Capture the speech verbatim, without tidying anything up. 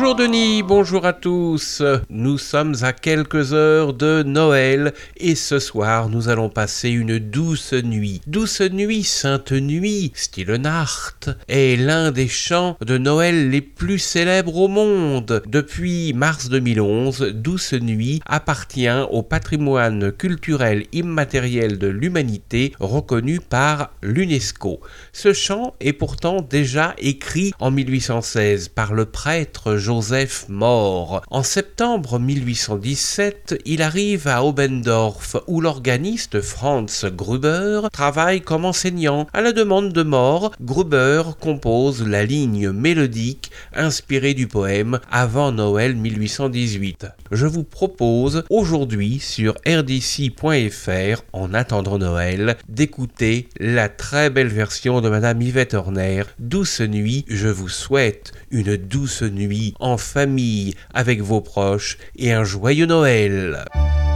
Bonjour Denis, bonjour à tous. Nous sommes à quelques heures de Noël et ce soir nous allons passer une douce nuit. Douce nuit, sainte nuit, stille Nacht, est l'un des chants de Noël les plus célèbres au monde. Depuis mars deux mille onze, Douce nuit appartient au patrimoine culturel immatériel de l'humanité reconnu par l'UNESCO. Ce chant est pourtant déjà écrit en mille huit cent seize par le prêtre Joseph Mohr. En septembre mille huit cent dix-sept, il arrive à Oberndorf où l'organiste Franz Gruber travaille comme enseignant. À la demande de Mohr, Gruber compose la ligne mélodique inspirée du poème Avant Noël mille huit cent dix-huit. Je vous propose aujourd'hui sur r d c point f r, en attendant Noël, d'écouter la très belle version de Madame Yvette Horner, Douce nuit. Je vous souhaite une douce nuit en famille avec vos proches et un joyeux Noël.